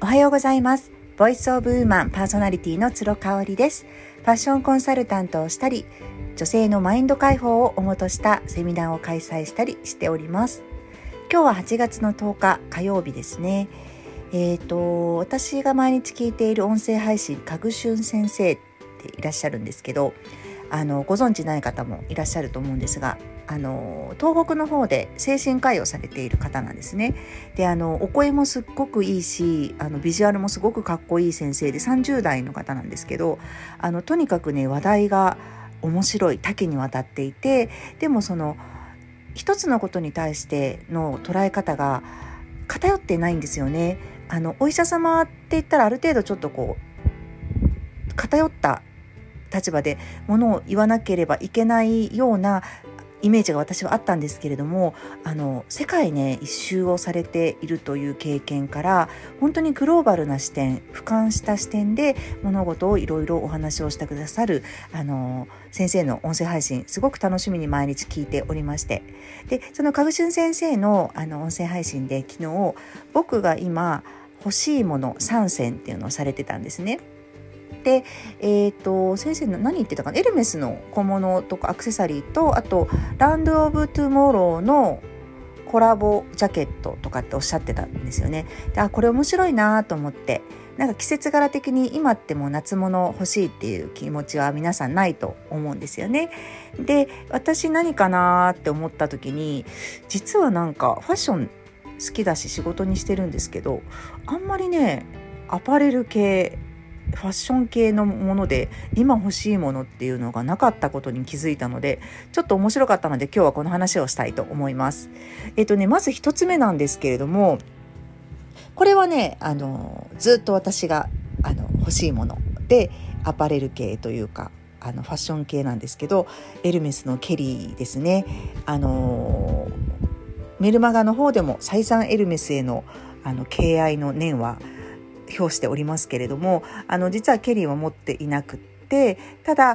はようございます。ボイスオブウーマンパーソナリティの鶴香織です。ファッションコンサルタントをしたり、女性のマインド解放を主としたセミナーを開催したりしております。今日は8月の10日火曜日ですね。私が毎日聞いている音声配信、かぐしゅん先生っていらっしゃるんですけど、ご存知ない方もいらっしゃると思うんですが、東北の方で精神科医をされている方なんですね。で、お声もすっごくいいし、ビジュアルもすごくかっこいい先生で30代の方なんですけど、とにかくね、話題が面白い、多岐にわたっていて、でもその一つのことに対しての捉え方が偏ってないんですよね。お医者様って言ったらある程度ちょっと偏った立場でものを言わなければいけないようなイメージが私はあったんですけれども、世界ね一周をされているという経験から、本当にグローバルな視点、俯瞰した視点で物事をいろいろお話をしてくださる先生の音声配信、すごく楽しみに毎日聞いておりまして、でそのかぐしゅん先生の音声配信で昨日、僕が今欲しいもの3選っていうのをされてたんですね。で、先生の何言ってたかな、エルメスの小物とかアクセサリーと、あとランドオブトゥモローのコラボジャケットとかっておっしゃってたんですよね。で、これ面白いなと思って、なんか季節柄的に今ってもう夏物欲しいっていう気持ちは皆さんないと思うんですよね。で、私何かなって思った時に、実はなんかファッション好きだし仕事にしてるんですけど、あんまりねアパレル系、ファッション系のもので今欲しいものっていうのがなかったことに気づいたので、ちょっと面白かったので今日はこの話をしたいと思います。まず一つ目なんですけれども、これはねずっと私が欲しいもので、アパレル系というかファッション系なんですけど、エルメスのケリーですね。メルマガの方でも再三エルメスへの敬愛の念は表しておりますけれども、実はケリーは持っていなくって、ただ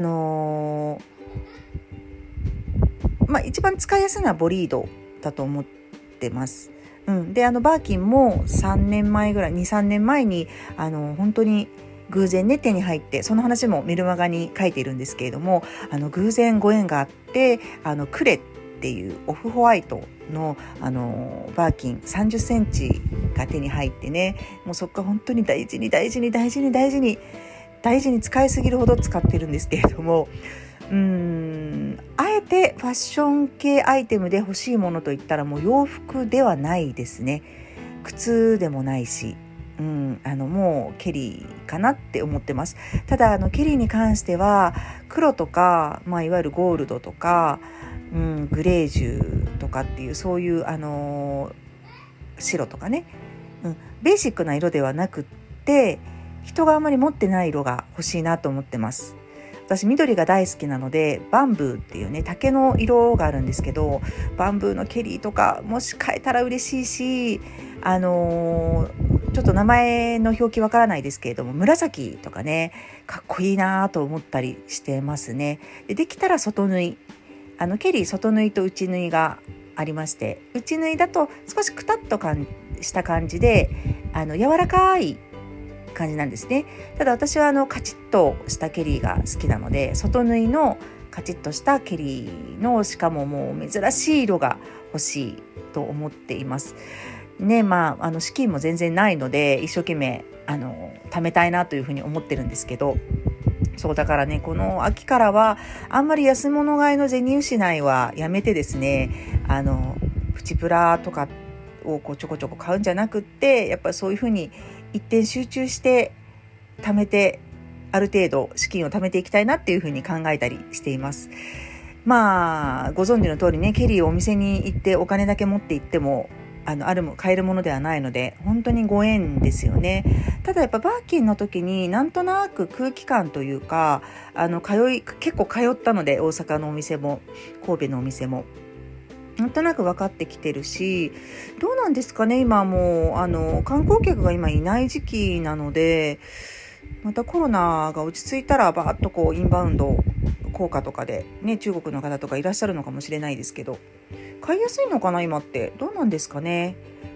一番使いやすいのはボリードだと思ってます。でバーキンも3年前ぐらい、 2,3 年前に本当に偶然ね手に入って、その話もメルマガに書いているんですけれども、偶然ご縁があってクレっていうオフホワイトのバーキン30センチが手に入ってね、もうそこから本当に大事に使いすぎるほど使ってるんですけれども、あえてファッション系アイテムで欲しいものといったらもう洋服ではないですね。靴でもないし、もうケリーかなって思ってます。ただケリーに関しては黒とか、いわゆるゴールドとか、グレージュとかっていう、そういう白とかね、ベーシックな色ではなくって、人があまり持ってない色が欲しいなと思ってます。私緑が大好きなので、バンブーっていうね竹の色があるんですけど、バンブーのケリーとかもし買えたら嬉しいし、ちょっと名前の表記わからないですけれども、紫とかねかっこいいなと思ったりしてますね。できたら外縫い、ケリー外縫いと内縫いがありまして、内縫いだと少しくたっとした感じで柔らかい感じなんですね。ただ私はカチッとしたケリーが好きなので、外縫いのカチッとしたケリーの、しかももう珍しい色が欲しいと思っていますね。資金も全然ないので一生懸命貯めたいなというふうに思ってるんですけど、そうだからね、この秋からはあんまり安物買いの銭失いはやめてですね、プチプラとかをちょこちょこ買うんじゃなくって、やっぱりそういうふうに一点集中して貯めて、ある程度資金を貯めていきたいなっていうふうに考えたりしています。ご存知の通りね、ケリーお店に行ってお金だけ持って行っても買えるものではないので、本当にご縁ですよね。ただやっぱバーキンの時になんとなく空気感というか、結構通ったので、大阪のお店も神戸のお店もなんとなく分かってきてるし、どうなんですかね、今もう観光客が今いない時期なので、またコロナが落ち着いたらバーッとインバウンド効果とかでね、中国の方とかいらっしゃるのかもしれないですけど、買いやすいのかな今って、どうなんですかね。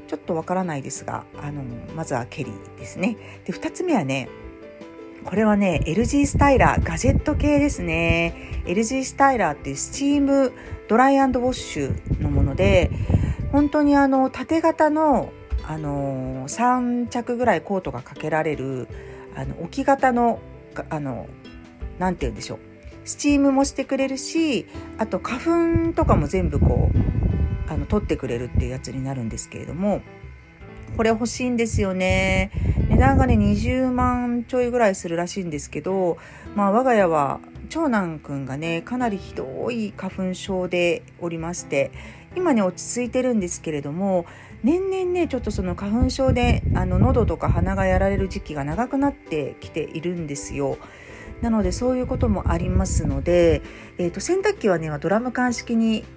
ちょっとわからないですが、まずはケリーですね。で、2つ目はね、これはね、LG スタイラー、ガジェット系ですね。LG スタイラーっていうスチームドライ&ウォッシュのもので、本当に縦型の、3着ぐらいコートがかけられる、置き型の、なんて言うんでしょう。スチームもしてくれるし、あと花粉とかも全部こう、取ってくれるっていうやつになるんですけれども、これ欲しいんですよね。値段がね、20万ちょいぐらいするらしいんですけど、我が家は長男くんがね、かなりひどい花粉症でおりまして、今ね、落ち着いてるんですけれども、年々ね、ちょっとその花粉症で、喉とか鼻がやられる時期が長くなってきているんですよ。なので、そういうこともありますので、洗濯機はね、ドラム式に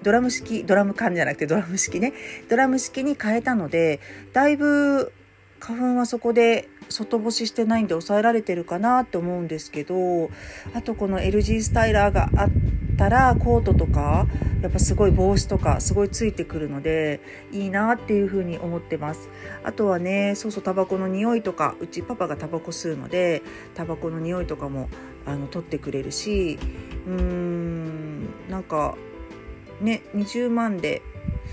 変えたので、だいぶ花粉はそこで外干ししてないんで抑えられてるかなって思うんですけど、あとこの LG スタイラーがあったらコートとかやっぱすごい帽子とかすごいついてくるのでいいなっていうふうに思ってます。あとはね、タバコの匂いとか、うちパパがタバコ吸うのでタバコの匂いとかも取ってくれるし、なんかね、20万で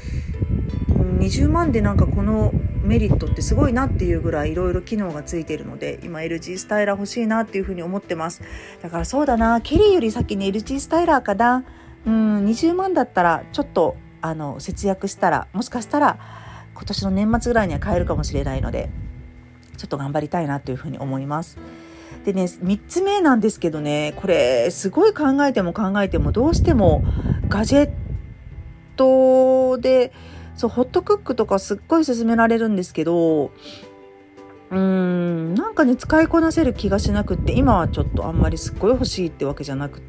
なんかこのメリットってすごいなっていうぐらいいろいろ機能がついているので、今 LG スタイラー欲しいなっていうふうに思ってます。だからそうだな、ケリーより先に LG スタイラーかな。20万だったらちょっと節約したら、もしかしたら今年の年末ぐらいには買えるかもしれないので、ちょっと頑張りたいなというふうに思います。でね、3つ目なんですけどね、これすごい考えてもどうしてもガジェットで、ホットクックとかすっごい勧められるんですけど、なんかね、使いこなせる気がしなくって、今はちょっとあんまりすっごい欲しいってわけじゃなくって、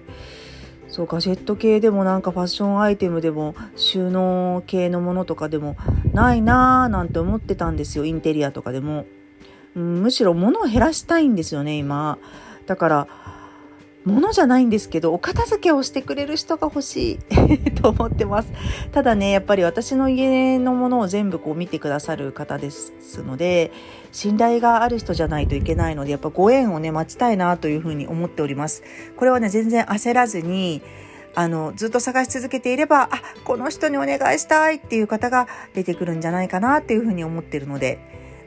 ガジェット系でもなんかファッションアイテムでも収納系のものとかでもないなーなんて思ってたんですよ。インテリアとかでも。むしろ物を減らしたいんですよね、今。だから物じゃないんですけど、お片付けをしてくれる人が欲しいと思ってます。ただね、やっぱり私の家のものを全部見てくださる方ですので、信頼がある人じゃないといけないので、やっぱご縁をね、待ちたいなというふうに思っております。これはね、全然焦らずにずっと探し続けていれば、この人にお願いしたいっていう方が出てくるんじゃないかなっていうふうに思ってるので、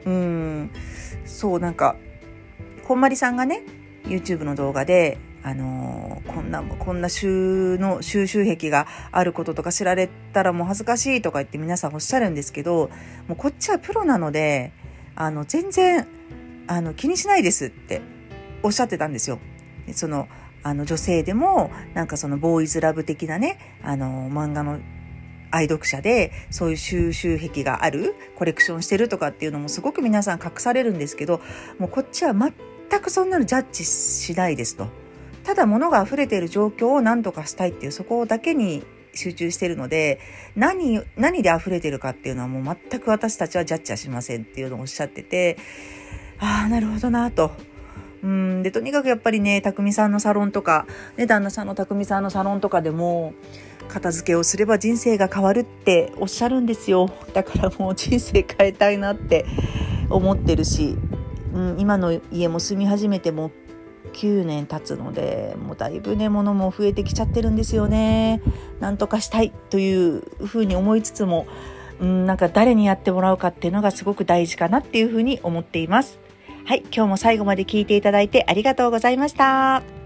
なんかこんまりさんがね、 YouTube の動画でこんな収集癖があることとか知られたらもう恥ずかしいとか言って皆さんおっしゃるんですけど、もうこっちはプロなので全然気にしないですっておっしゃってたんですよ。女性でもなんかボーイズラブ的なね、漫画の愛読者でそういう収集癖がある、コレクションしてるとかっていうのもすごく皆さん隠されるんですけど、もうこっちは全くそんなのジャッジしないですと。ただ物が溢れている状況を何とかしたいっていう、そこだけに集中しているので、何で溢れてるかっていうのはもう全く私たちはジャッジはしませんっていうのをおっしゃってて、なるほどなと。で、とにかくやっぱりね、匠さんのサロンとか、ね、旦那さんの匠さんのサロンとかでも、片付けをすれば人生が変わるっておっしゃるんですよ。だからもう人生変えたいなって思ってるし、今の家も住み始めても9年経つので、もうだいぶね、物も増えてきちゃってるんですよね。なんとかしたいというふうに思いつつも、なんか誰にやってもらうかっていうのがすごく大事かなっていうふうに思っています。はい、今日も最後まで聞いていただいてありがとうございました。